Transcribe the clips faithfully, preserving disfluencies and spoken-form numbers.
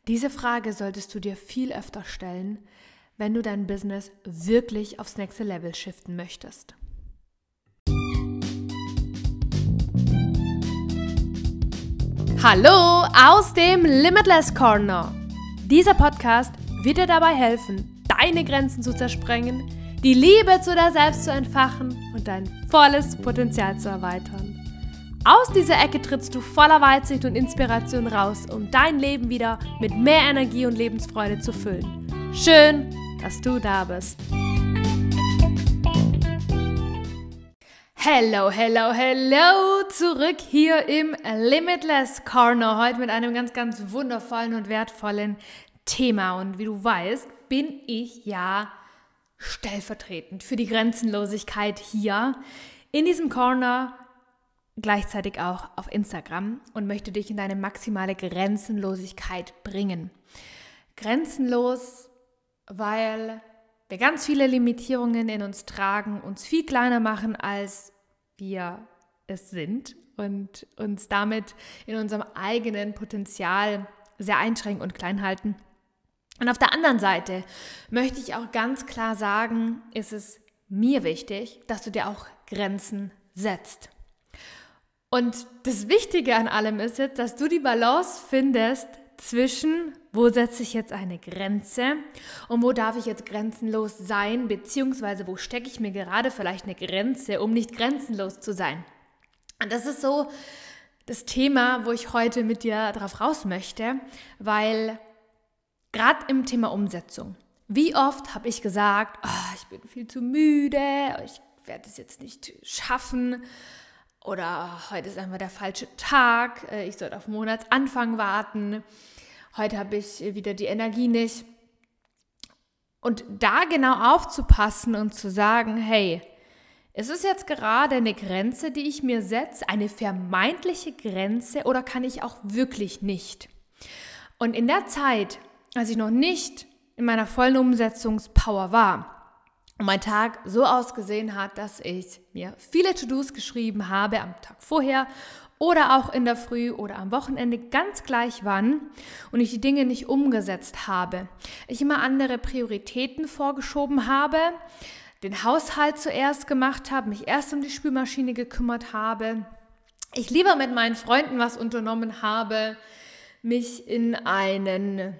Diese Frage solltest du dir viel öfter stellen, wenn du dein Business wirklich aufs nächste Level shiften möchtest. Hallo aus dem Limitless Corner. Dieser Podcast wird dir dabei helfen, deine Grenzen zu zersprengen, die Liebe zu dir selbst zu entfachen und dein volles Potenzial zu erweitern. Aus dieser Ecke trittst du voller Weitsicht und Inspiration raus, um dein Leben wieder mit mehr Energie und Lebensfreude zu füllen. Schön, dass du da bist. Hello, hello, hello! Zurück hier im Limitless Corner. Heute mit einem ganz, ganz wundervollen und wertvollen Thema. Und wie du weißt, bin ich ja stellvertretend für die Grenzenlosigkeit hier in diesem Corner, gleichzeitig auch auf Instagram und möchte dich in deine maximale Grenzenlosigkeit bringen. Grenzenlos, weil wir ganz viele Limitierungen in uns tragen, uns viel kleiner machen, als wir es sind und uns damit in unserem eigenen Potenzial sehr einschränken und klein halten. Und auf der anderen Seite möchte ich auch ganz klar sagen, ist es mir wichtig, dass du dir auch Grenzen setzt. Und das Wichtige an allem ist jetzt, dass du die Balance findest zwischen, wo setze ich jetzt eine Grenze und wo darf ich jetzt grenzenlos sein, beziehungsweise wo stecke ich mir gerade vielleicht eine Grenze, um nicht grenzenlos zu sein. Und das ist so das Thema, wo ich heute mit dir drauf raus möchte, weil gerade im Thema Umsetzung, wie oft habe ich gesagt, oh, ich bin viel zu müde, ich werde es jetzt nicht schaffen, oder heute ist einfach der falsche Tag, ich sollte auf Monatsanfang warten, heute habe ich wieder die Energie nicht. Und da genau aufzupassen und zu sagen, hey, ist es jetzt gerade eine Grenze, die ich mir setze, eine vermeintliche Grenze, oder kann ich auch wirklich nicht? Und in der Zeit, als ich noch nicht in meiner vollen Umsetzungspower war, und mein Tag so ausgesehen hat, dass ich mir viele To-Dos geschrieben habe am Tag vorher oder auch in der Früh oder am Wochenende, ganz gleich wann, und ich die Dinge nicht umgesetzt habe. Ich immer andere Prioritäten vorgeschoben habe, den Haushalt zuerst gemacht habe, mich erst um die Spülmaschine gekümmert habe, ich lieber mit meinen Freunden was unternommen habe, mich in einen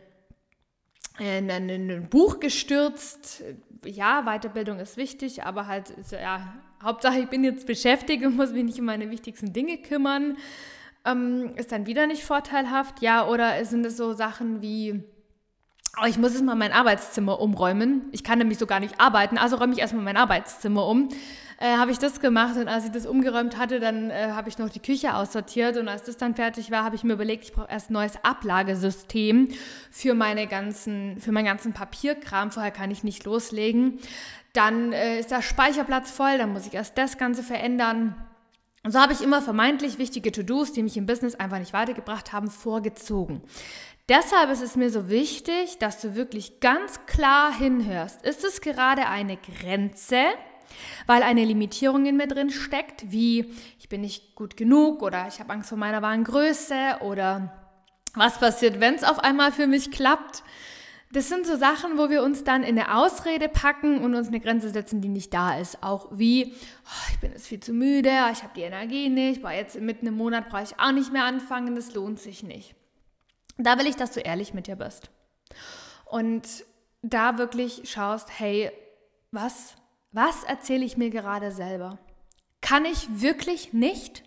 in ein Buch gestürzt. Ja, Weiterbildung ist wichtig, aber halt, ja, Hauptsache ich bin jetzt beschäftigt und muss mich nicht um meine wichtigsten Dinge kümmern. Ähm, ist dann wieder nicht vorteilhaft. Ja, oder sind es so Sachen wie, oh, ich muss jetzt mal mein Arbeitszimmer umräumen. Ich kann nämlich so gar nicht arbeiten, also räume ich erstmal mein Arbeitszimmer um. Äh, habe ich das gemacht, und als ich das umgeräumt hatte, dann äh, habe ich noch die Küche aussortiert, und als das dann fertig war, habe ich mir überlegt, ich brauche erst ein neues Ablagesystem für meine ganzen, für meinen ganzen Papierkram. Vorher kann ich nicht loslegen. Dann äh, ist der Speicherplatz voll, dann muss ich erst das Ganze verändern. Und so habe ich immer vermeintlich wichtige To-Dos, die mich im Business einfach nicht weitergebracht haben, vorgezogen. Deshalb ist es mir so wichtig, dass du wirklich ganz klar hinhörst. Ist es gerade eine Grenze, weil eine Limitierung in mir drin steckt, wie ich bin nicht gut genug oder ich habe Angst vor meiner wahren Größe oder was passiert, wenn es auf einmal für mich klappt? Das sind so Sachen, wo wir uns dann in eine Ausrede packen und uns eine Grenze setzen, die nicht da ist. Auch wie, oh, ich bin jetzt viel zu müde, ich habe die Energie nicht, boah, jetzt mitten im Monat brauche ich auch nicht mehr anfangen, das lohnt sich nicht. Da will ich, dass du ehrlich mit dir bist und da wirklich schaust, hey, was, was erzähle ich mir gerade selber? Kann ich wirklich nicht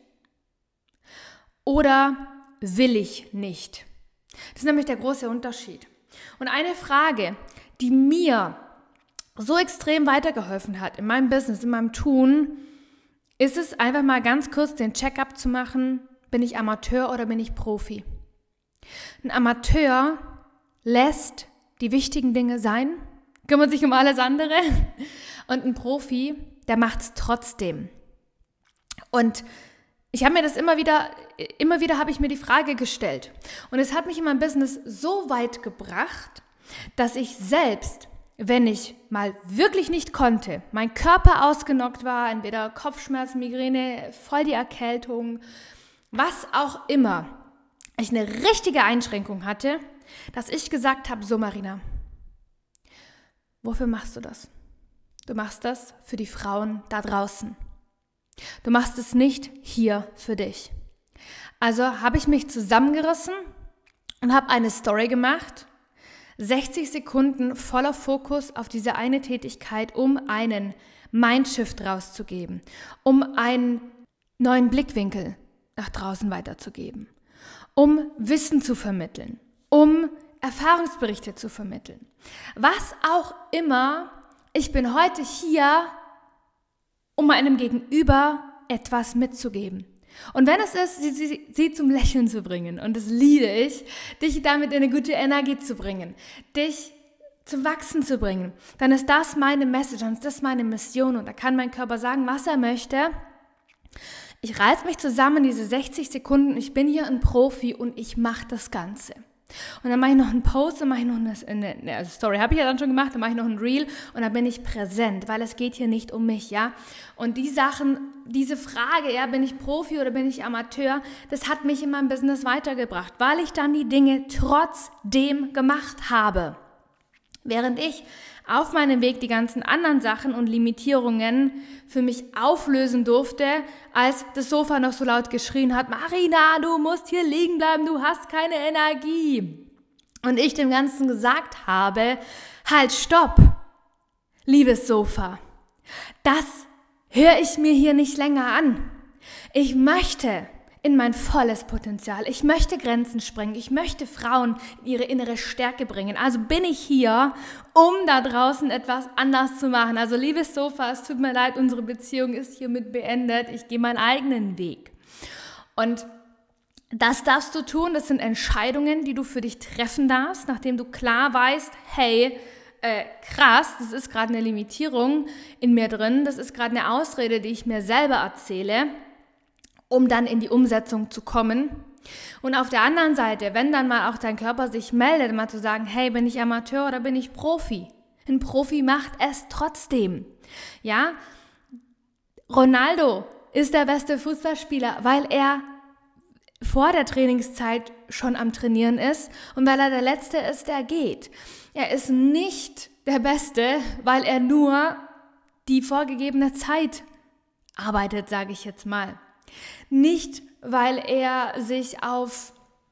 oder will ich nicht? Das ist nämlich der große Unterschied. Und eine Frage, die mir so extrem weitergeholfen hat in meinem Business, in meinem Tun, ist es einfach mal ganz kurz den Check-up zu machen, bin ich Amateur oder bin ich Profi? Ein Amateur lässt die wichtigen Dinge sein, kümmert sich um alles andere, und ein Profi, der macht es trotzdem. Und ich habe mir das immer wieder, immer wieder habe ich mir die Frage gestellt. Und es hat mich in meinem Business so weit gebracht, dass ich selbst, wenn ich mal wirklich nicht konnte, mein Körper ausgenockt war, entweder Kopfschmerzen, Migräne, voll die Erkältung, was auch immer, ich eine richtige Einschränkung hatte, dass ich gesagt habe, so Marina, wofür machst du das? Du machst das für die Frauen da draußen. Du machst es nicht hier für dich. Also habe ich mich zusammengerissen und habe eine Story gemacht, sechzig Sekunden voller Fokus auf diese eine Tätigkeit, um einen Mindshift rauszugeben, um einen neuen Blickwinkel nach draußen weiterzugeben, um Wissen zu vermitteln, um Erfahrungsberichte zu vermitteln. Was auch immer, ich bin heute hier, um meinem Gegenüber etwas mitzugeben. Und wenn es ist, sie, sie, sie zum Lächeln zu bringen, und das liebe ich, dich damit in eine gute Energie zu bringen, dich zum Wachsen zu bringen, dann ist das meine Message, dann ist das meine Mission. Und da kann mein Körper sagen, was er möchte. Ich reiß mich zusammen, diese sechzig Sekunden, ich bin hier ein Profi und ich mache das Ganze. Und dann mache ich noch einen Post, dann mache ich noch eine, eine, eine Story, habe ich ja dann schon gemacht, dann mache ich noch ein Reel und dann bin ich präsent, weil es geht hier nicht um mich, ja. Und die Sachen, diese Frage, ja, bin ich Profi oder bin ich Amateur, das hat mich in meinem Business weitergebracht, weil ich dann die Dinge trotzdem gemacht habe. Während ich auf meinem Weg die ganzen anderen Sachen und Limitierungen für mich auflösen durfte, als das Sofa noch so laut geschrien hat, Marina, du musst hier liegen bleiben, du hast keine Energie. Und ich dem Ganzen gesagt habe, halt, stopp, liebes Sofa, das höre ich mir hier nicht länger an. Ich möchte in mein volles Potenzial. Ich möchte Grenzen sprengen. Ich möchte Frauen in ihre innere Stärke bringen. Also bin ich hier, um da draußen etwas anders zu machen. Also liebes Sofa, es tut mir leid, unsere Beziehung ist hiermit beendet. Ich gehe meinen eigenen Weg. Und das darfst du tun. Das sind Entscheidungen, die du für dich treffen darfst, nachdem du klar weißt, hey, äh, krass, das ist gerade eine Limitierung in mir drin. Das ist gerade eine Ausrede, die ich mir selber erzähle, um dann in die Umsetzung zu kommen. Und auf der anderen Seite, wenn dann mal auch dein Körper sich meldet, mal zu sagen, hey, bin ich Amateur oder bin ich Profi? Ein Profi macht es trotzdem. Ja, Ronaldo ist der beste Fußballspieler, weil er vor der Trainingszeit schon am Trainieren ist und weil er der Letzte ist, der geht. Er ist nicht der Beste, weil er nur die vorgegebene Zeit arbeitet, sage ich jetzt mal. Nicht, weil er sich auf,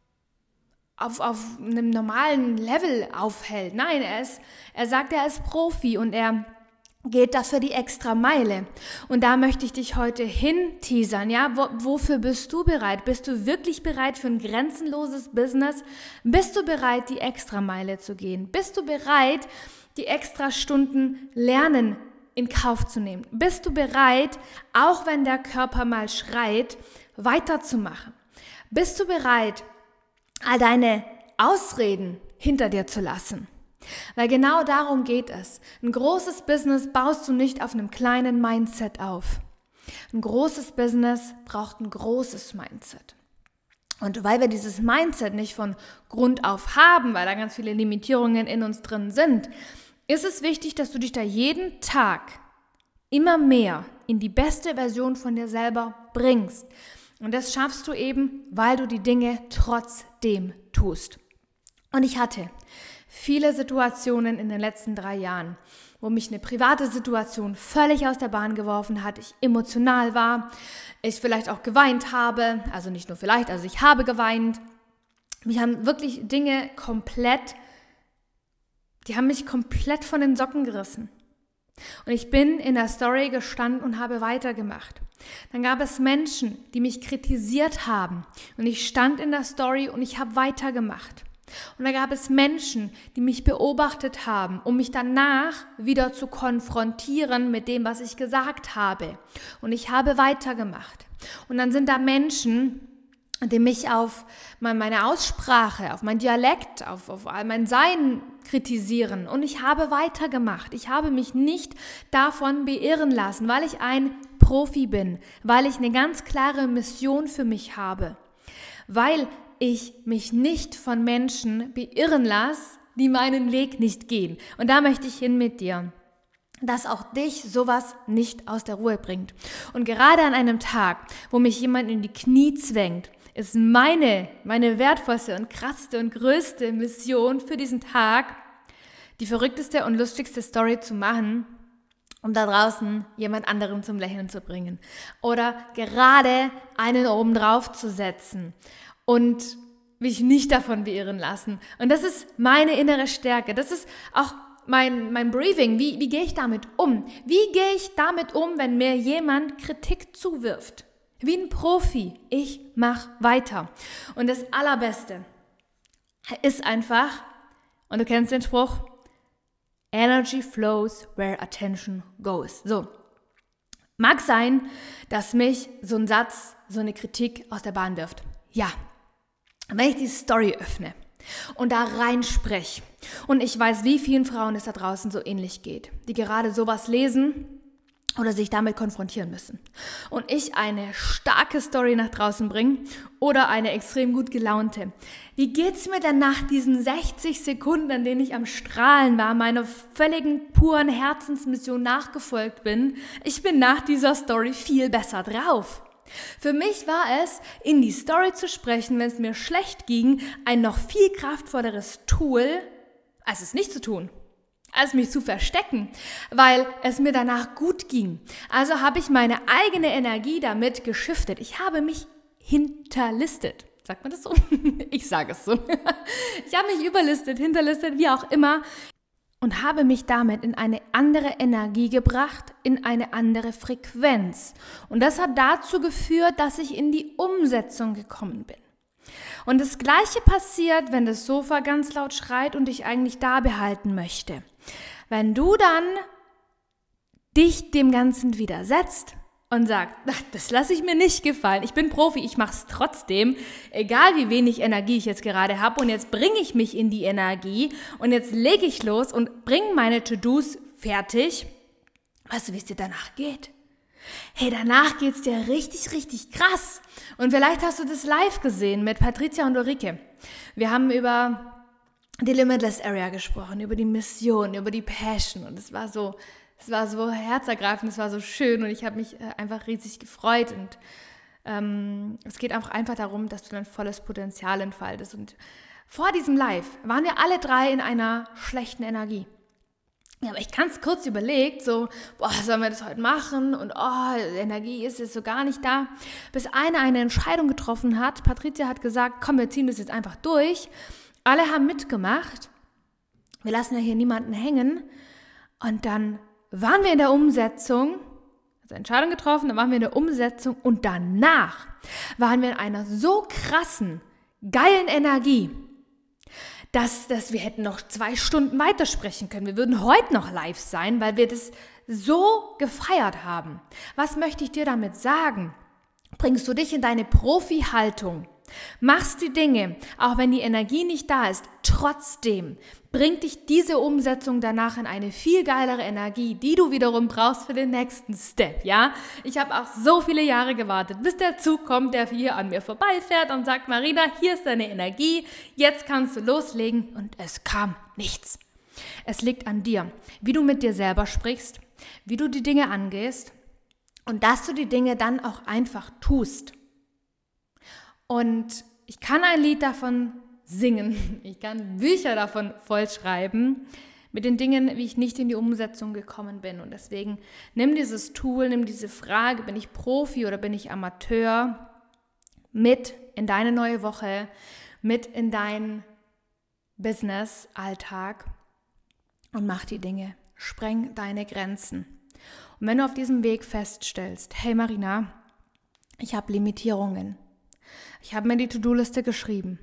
auf, auf einem normalen Level aufhält. Nein, er, ist, er sagt, er ist Profi und er geht dafür die extra Meile. Und da möchte ich dich heute hinteasern. Ja? Wo, wofür bist du bereit? Bist du wirklich bereit für ein grenzenloses Business? Bist du bereit, die extra Meile zu gehen? Bist du bereit, die extra Stunden lernen in Kauf zu nehmen? Bist du bereit, auch wenn der Körper mal schreit, weiterzumachen? Bist du bereit, all deine Ausreden hinter dir zu lassen? Weil genau darum geht es. Ein großes Business baust du nicht auf einem kleinen Mindset auf. Ein großes Business braucht ein großes Mindset. Und weil wir dieses Mindset nicht von Grund auf haben, weil da ganz viele Limitierungen in uns drin sind, ist es wichtig, dass du dich da jeden Tag immer mehr in die beste Version von dir selber bringst. Und das schaffst du eben, weil du die Dinge trotzdem tust. Und ich hatte viele Situationen in den letzten drei Jahren, wo mich eine private Situation völlig aus der Bahn geworfen hat, ich emotional war, ich vielleicht auch geweint habe, also nicht nur vielleicht, also ich habe geweint. Mich haben wirklich Dinge komplett Die haben mich komplett von den Socken gerissen. Und ich bin in der Story gestanden und habe weitergemacht. Dann gab es Menschen, die mich kritisiert haben. Und ich stand in der Story und ich habe weitergemacht. Und da gab es Menschen, die mich beobachtet haben, um mich danach wieder zu konfrontieren mit dem, was ich gesagt habe. Und ich habe weitergemacht. Und dann sind da Menschen, die mich auf meine Aussprache, auf mein Dialekt, auf, auf all mein Sein kritisieren. Und ich habe weitergemacht. Ich habe mich nicht davon beirren lassen, weil ich ein Profi bin, weil ich eine ganz klare Mission für mich habe, weil ich mich nicht von Menschen beirren lasse, die meinen Weg nicht gehen. Und da möchte ich hin mit dir, dass auch dich sowas nicht aus der Ruhe bringt. Und gerade an einem Tag, wo mich jemand in die Knie zwängt, ist meine, meine wertvollste und krasseste und größte Mission für diesen Tag, die verrückteste und lustigste Story zu machen, um da draußen jemand anderen zum Lächeln zu bringen. Oder gerade einen oben drauf zu setzen und mich nicht davon beirren lassen. Und das ist meine innere Stärke. Das ist auch mein, mein Briefing. Wie, wie gehe ich damit um? Wie gehe ich damit um, wenn mir jemand Kritik zuwirft? Wie ein Profi. Ich mache weiter. Und das Allerbeste ist einfach, und du kennst den Spruch, Energy flows where attention goes. So, mag sein, dass mich so ein Satz, so eine Kritik aus der Bahn wirft. Ja, wenn ich die Story öffne und da reinspreche und ich weiß, wie vielen Frauen es da draußen so ähnlich geht, die gerade sowas lesen oder sich damit konfrontieren müssen. Und ich eine starke Story nach draußen bringe oder eine extrem gut gelaunte. Wie geht's mir denn nach diesen sechzig Sekunden, in denen ich am Strahlen war, meiner völligen puren Herzensmission nachgefolgt bin? Ich bin nach dieser Story viel besser drauf. Für mich war es, in die Story zu sprechen, wenn es mir schlecht ging, ein noch viel kraftvolleres Tool, als es nicht zu tun. Als mich zu verstecken, weil es mir danach gut ging. Also habe ich meine eigene Energie damit geschiftet. Ich habe mich hinterlistet. Sagt man das so? Ich sage es so. Ich habe mich überlistet, hinterlistet, wie auch immer. Und habe mich damit in eine andere Energie gebracht, in eine andere Frequenz. Und das hat dazu geführt, dass ich in die Umsetzung gekommen bin. Und das Gleiche passiert, wenn das Sofa ganz laut schreit und dich eigentlich da behalten möchte. Wenn du dann dich dem Ganzen widersetzt und sagst, das lasse ich mir nicht gefallen, ich bin Profi, ich mache es trotzdem, egal wie wenig Energie ich jetzt gerade habe und jetzt bringe ich mich in die Energie und jetzt lege ich los und bringe meine To-Dos fertig, weißt du, wie es dir danach geht? Hey, danach geht's dir richtig, richtig krass. Und vielleicht hast du das live gesehen mit Patricia und Ulrike. Wir haben über die Limitless Area gesprochen, über die Mission, über die Passion. Und es war so, es war so herzergreifend, es war so schön und ich habe mich einfach riesig gefreut. Und ähm, es geht auch einfach darum, dass du dein volles Potenzial entfaltest. Und vor diesem Live waren wir alle drei in einer schlechten Energie. Ja, aber ich ganz kurz überlegt, so, boah, sollen wir das heute machen? Und oh, Energie ist jetzt so gar nicht da. Bis eine eine Entscheidung getroffen hat. Patricia hat gesagt, komm, wir ziehen das jetzt einfach durch. Alle haben mitgemacht. Wir lassen ja hier niemanden hängen. Und dann waren wir in der Umsetzung. Also Entscheidung getroffen, dann waren wir in der Umsetzung. Und danach waren wir in einer so krassen, geilen Energie, dass, dass wir hätten noch zwei Stunden weitersprechen können. Wir würden heute noch live sein, weil wir das so gefeiert haben. Was möchte ich dir damit sagen? Bringst du dich in deine Profi-Haltung, machst die Dinge, auch wenn die Energie nicht da ist, trotzdem bringt dich diese Umsetzung danach in eine viel geilere Energie, die du wiederum brauchst für den nächsten Step, ja? Ich habe auch so viele Jahre gewartet, bis der Zug kommt, der hier an mir vorbeifährt und sagt, Marina, hier ist deine Energie, jetzt kannst du loslegen, und es kam nichts. Es liegt an dir, wie du mit dir selber sprichst, wie du die Dinge angehst und dass du die Dinge dann auch einfach tust. Und ich kann ein Lied davon singen, ich kann Bücher davon vollschreiben, mit den Dingen, wie ich nicht in die Umsetzung gekommen bin. Und deswegen nimm dieses Tool, nimm diese Frage, bin ich Profi oder bin ich Amateur, mit in deine neue Woche, mit in deinen Business-Alltag und mach die Dinge. Spreng deine Grenzen. Und wenn du auf diesem Weg feststellst, hey Marina, ich habe Limitierungen, ich habe mir die To-Do-Liste geschrieben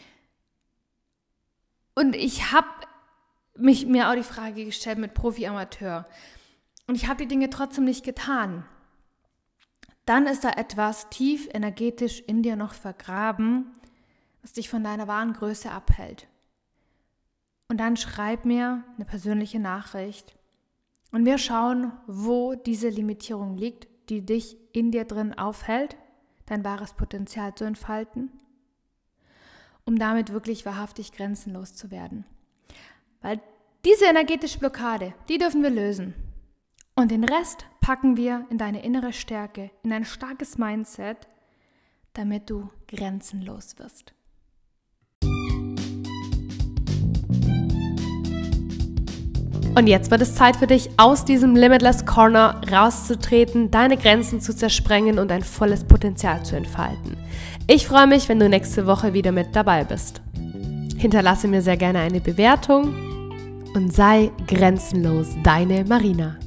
und ich habe mich mir auch die Frage gestellt mit Profi-Amateur und ich habe die Dinge trotzdem nicht getan, dann ist da etwas tief energetisch in dir noch vergraben, was dich von deiner wahren Größe abhält. Und dann schreib mir eine persönliche Nachricht und wir schauen, wo diese Limitierung liegt, die dich in dir drin aufhält, dein wahres Potenzial zu entfalten, um damit wirklich wahrhaftig grenzenlos zu werden. Weil diese energetische Blockade, die dürfen wir lösen. Und den Rest packen wir in deine innere Stärke, in ein starkes Mindset, damit du grenzenlos wirst. Und jetzt wird es Zeit für dich, aus diesem Limitless Corner rauszutreten, deine Grenzen zu zersprengen und dein volles Potenzial zu entfalten. Ich freue mich, wenn du nächste Woche wieder mit dabei bist. Hinterlasse mir sehr gerne eine Bewertung und sei grenzenlos, deine Marina.